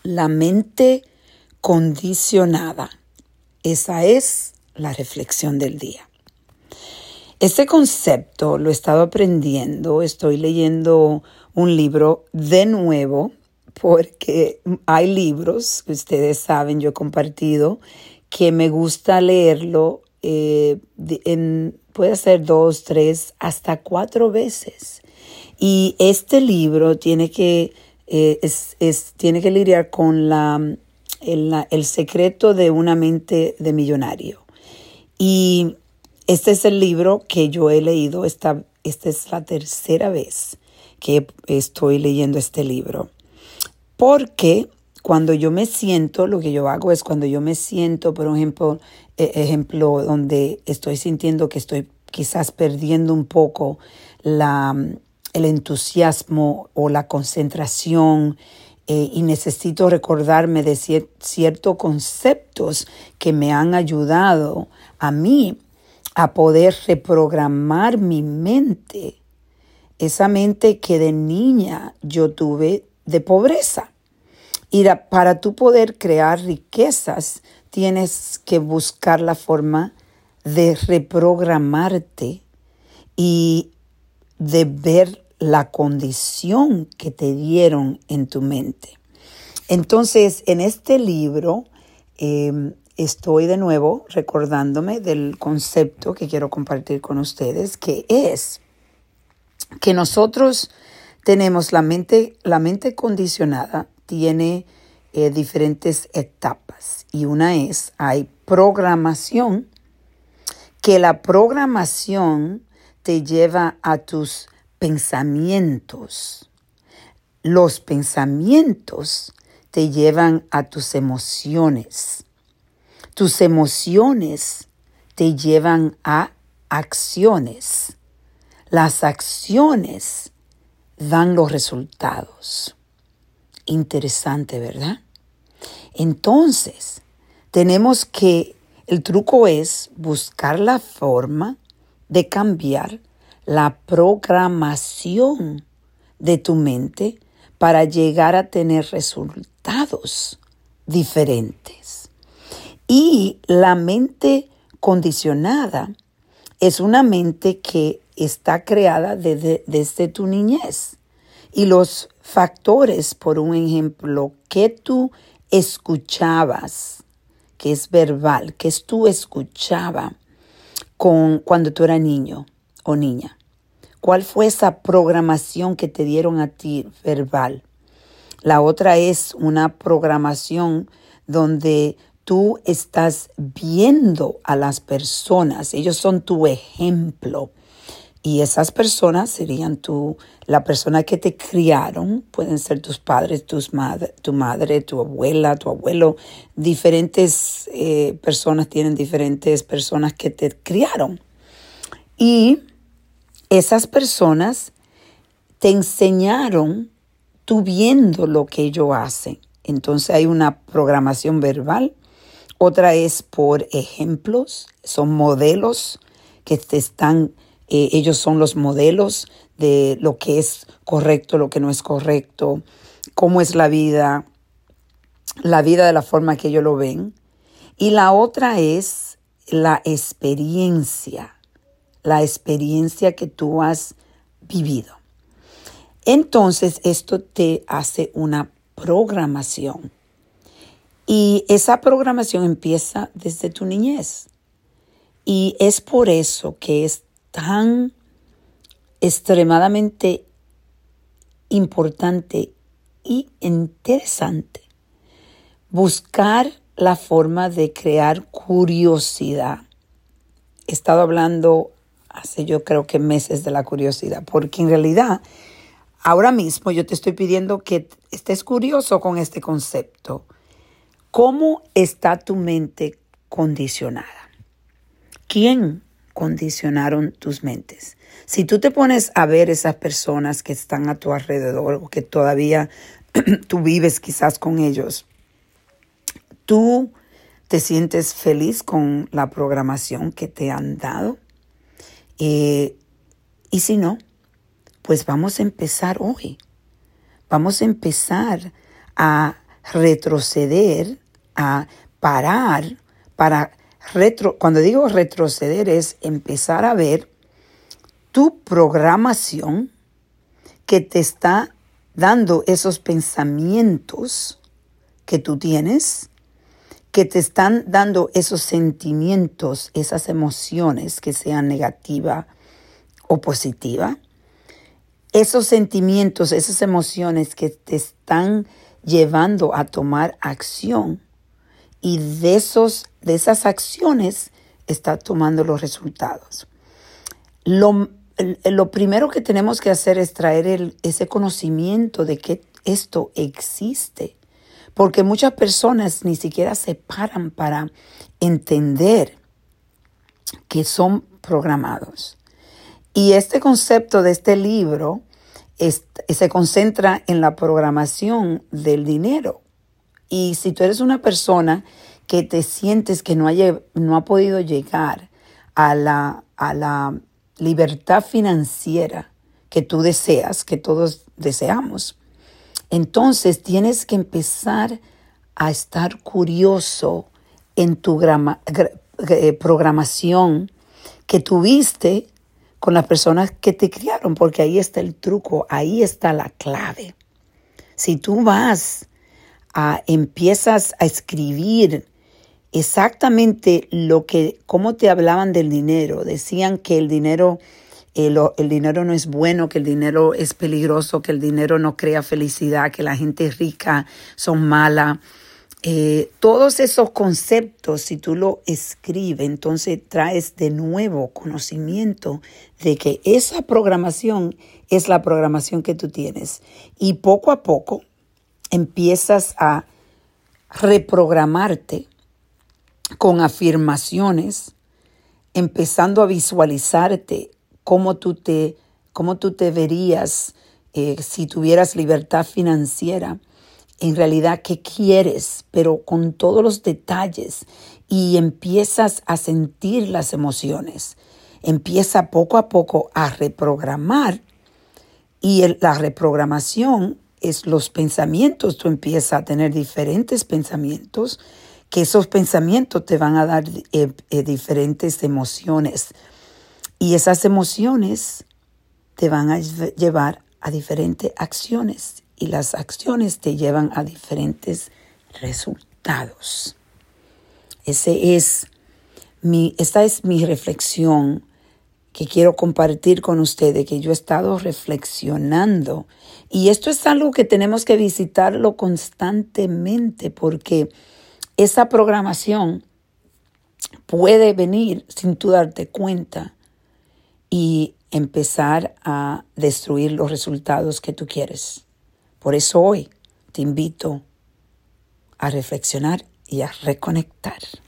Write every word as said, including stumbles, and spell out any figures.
La mente condicionada. Esa es la reflexión del día. Este concepto lo he estado aprendiendo. Estoy leyendo un libro de nuevo porque hay libros que ustedes saben, yo he compartido, que me gusta leerlo eh, en, puede ser dos, tres, hasta cuatro veces. Y este libro tiene que Eh, es, es, tiene que lidiar con la, el, la, el secreto de una mente de millonario. Y este es el libro que yo he leído. Esta, esta es la tercera vez que estoy leyendo este libro. Porque cuando yo me siento, lo que yo hago es cuando yo me siento, por ejemplo, eh, ejemplo donde estoy sintiendo que estoy quizás perdiendo un poco la... el entusiasmo o la concentración eh, y necesito recordarme de cier- ciertos conceptos que me han ayudado a mí a poder reprogramar mi mente, esa mente que de niña yo tuve de pobreza. Y la, para tú poder crear riquezas, tienes que buscar la forma de reprogramarte y de ver la condición que te dieron en tu mente. Entonces, en este libro eh, estoy de nuevo recordándome del concepto que quiero compartir con ustedes, que es que nosotros tenemos la mente, la mente condicionada, tiene eh, diferentes etapas. Y una es, hay programación, que la programación te lleva a tus pensamientos. Los pensamientos te llevan a tus emociones. Tus emociones te llevan a acciones. Las acciones dan los resultados. Interesante, ¿verdad? Entonces, tenemos que, el truco es buscar la forma de cambiar la programación de tu mente para llegar a tener resultados diferentes. Y la mente condicionada es una mente que está creada desde, desde tu niñez. Y los factores, por un ejemplo, que tú escuchabas, que es verbal, que es tú escuchabas con, cuando tú eras niño o niña. ¿Cuál fue esa programación que te dieron a ti verbal? La otra es una programación donde tú estás viendo a las personas. Ellos son tu ejemplo. Y esas personas serían tú, la persona que te criaron, pueden ser tus padres, tus madre, tu madre, tu abuela, tu abuelo. Diferentes eh, personas tienen diferentes personas que te criaron. Y esas personas te enseñaron tú viendo lo que ellos hacen. Entonces hay una programación verbal. Otra es por ejemplos, son modelos que te están, eh, ellos son los modelos de lo que es correcto, lo que no es correcto, cómo es la vida, la vida de la forma que ellos lo ven. Y la otra es la experiencia, la experiencia que tú has vivido. Entonces, esto te hace una programación. Y esa programación empieza desde tu niñez. Y es por eso que es tan extremadamente importante y interesante buscar la forma de crear curiosidad. He estado hablando hace yo creo que meses de la curiosidad, porque en realidad ahora mismo yo te estoy pidiendo que estés curioso con este concepto. ¿Cómo está tu mente condicionada? ¿Quién condicionaron tus mentes? Si tú te pones a ver esas personas que están a tu alrededor o que todavía tú vives quizás con ellos, ¿tú te sientes feliz con la programación que te han dado? Eh, y si no, pues vamos a empezar hoy. Vamos a empezar a retroceder, a parar, para retro, cuando digo retroceder es empezar a ver tu programación que te está dando esos pensamientos que tú tienes, que te están dando esos sentimientos, esas emociones que sean negativas o positivas. Esos sentimientos, esas emociones que te están llevando a tomar acción y de, esos, de esas acciones está tomando los resultados. Lo, lo primero que tenemos que hacer es traer el, ese conocimiento de que esto existe, porque muchas personas ni siquiera se paran para entender que son programados. Y este concepto de este libro es, se concentra en la programación del dinero. Y si tú eres una persona que te sientes que no, hay, no ha podido llegar a la, a la libertad financiera que tú deseas, que todos deseamos, entonces tienes que empezar a estar curioso en tu grama, eh, programación que tuviste con las personas que te criaron, porque ahí está el truco, ahí está la clave. Si tú vas a, empiezas a escribir exactamente lo que, cómo te hablaban del dinero, decían que el dinero, el, el dinero no es bueno, que el dinero es peligroso, que el dinero no crea felicidad, que la gente rica son mala. Eh, todos esos conceptos, si tú lo escribes, entonces traes de nuevo conocimiento de que esa programación es la programación que tú tienes. Y poco a poco empiezas a reprogramarte con afirmaciones, empezando a visualizarte cómo tú te, cómo tú te verías eh, si tuvieras libertad financiera. En realidad, ¿qué quieres? Pero con todos los detalles, y empiezas a sentir las emociones. Empieza poco a poco a reprogramar, y el, la reprogramación es los pensamientos. Tú empiezas a tener diferentes pensamientos, que esos pensamientos te van a dar eh, eh, diferentes emociones, y esas emociones te van a llevar a diferentes acciones. Y las acciones te llevan a diferentes resultados. Ese es mi, esta es mi reflexión que quiero compartir con ustedes, que yo he estado reflexionando. Y esto es algo que tenemos que visitarlo constantemente, porque esa programación puede venir sin tú darte cuenta y empezar a destruir los resultados que tú quieres. Por eso hoy te invito a reflexionar y a reconectar.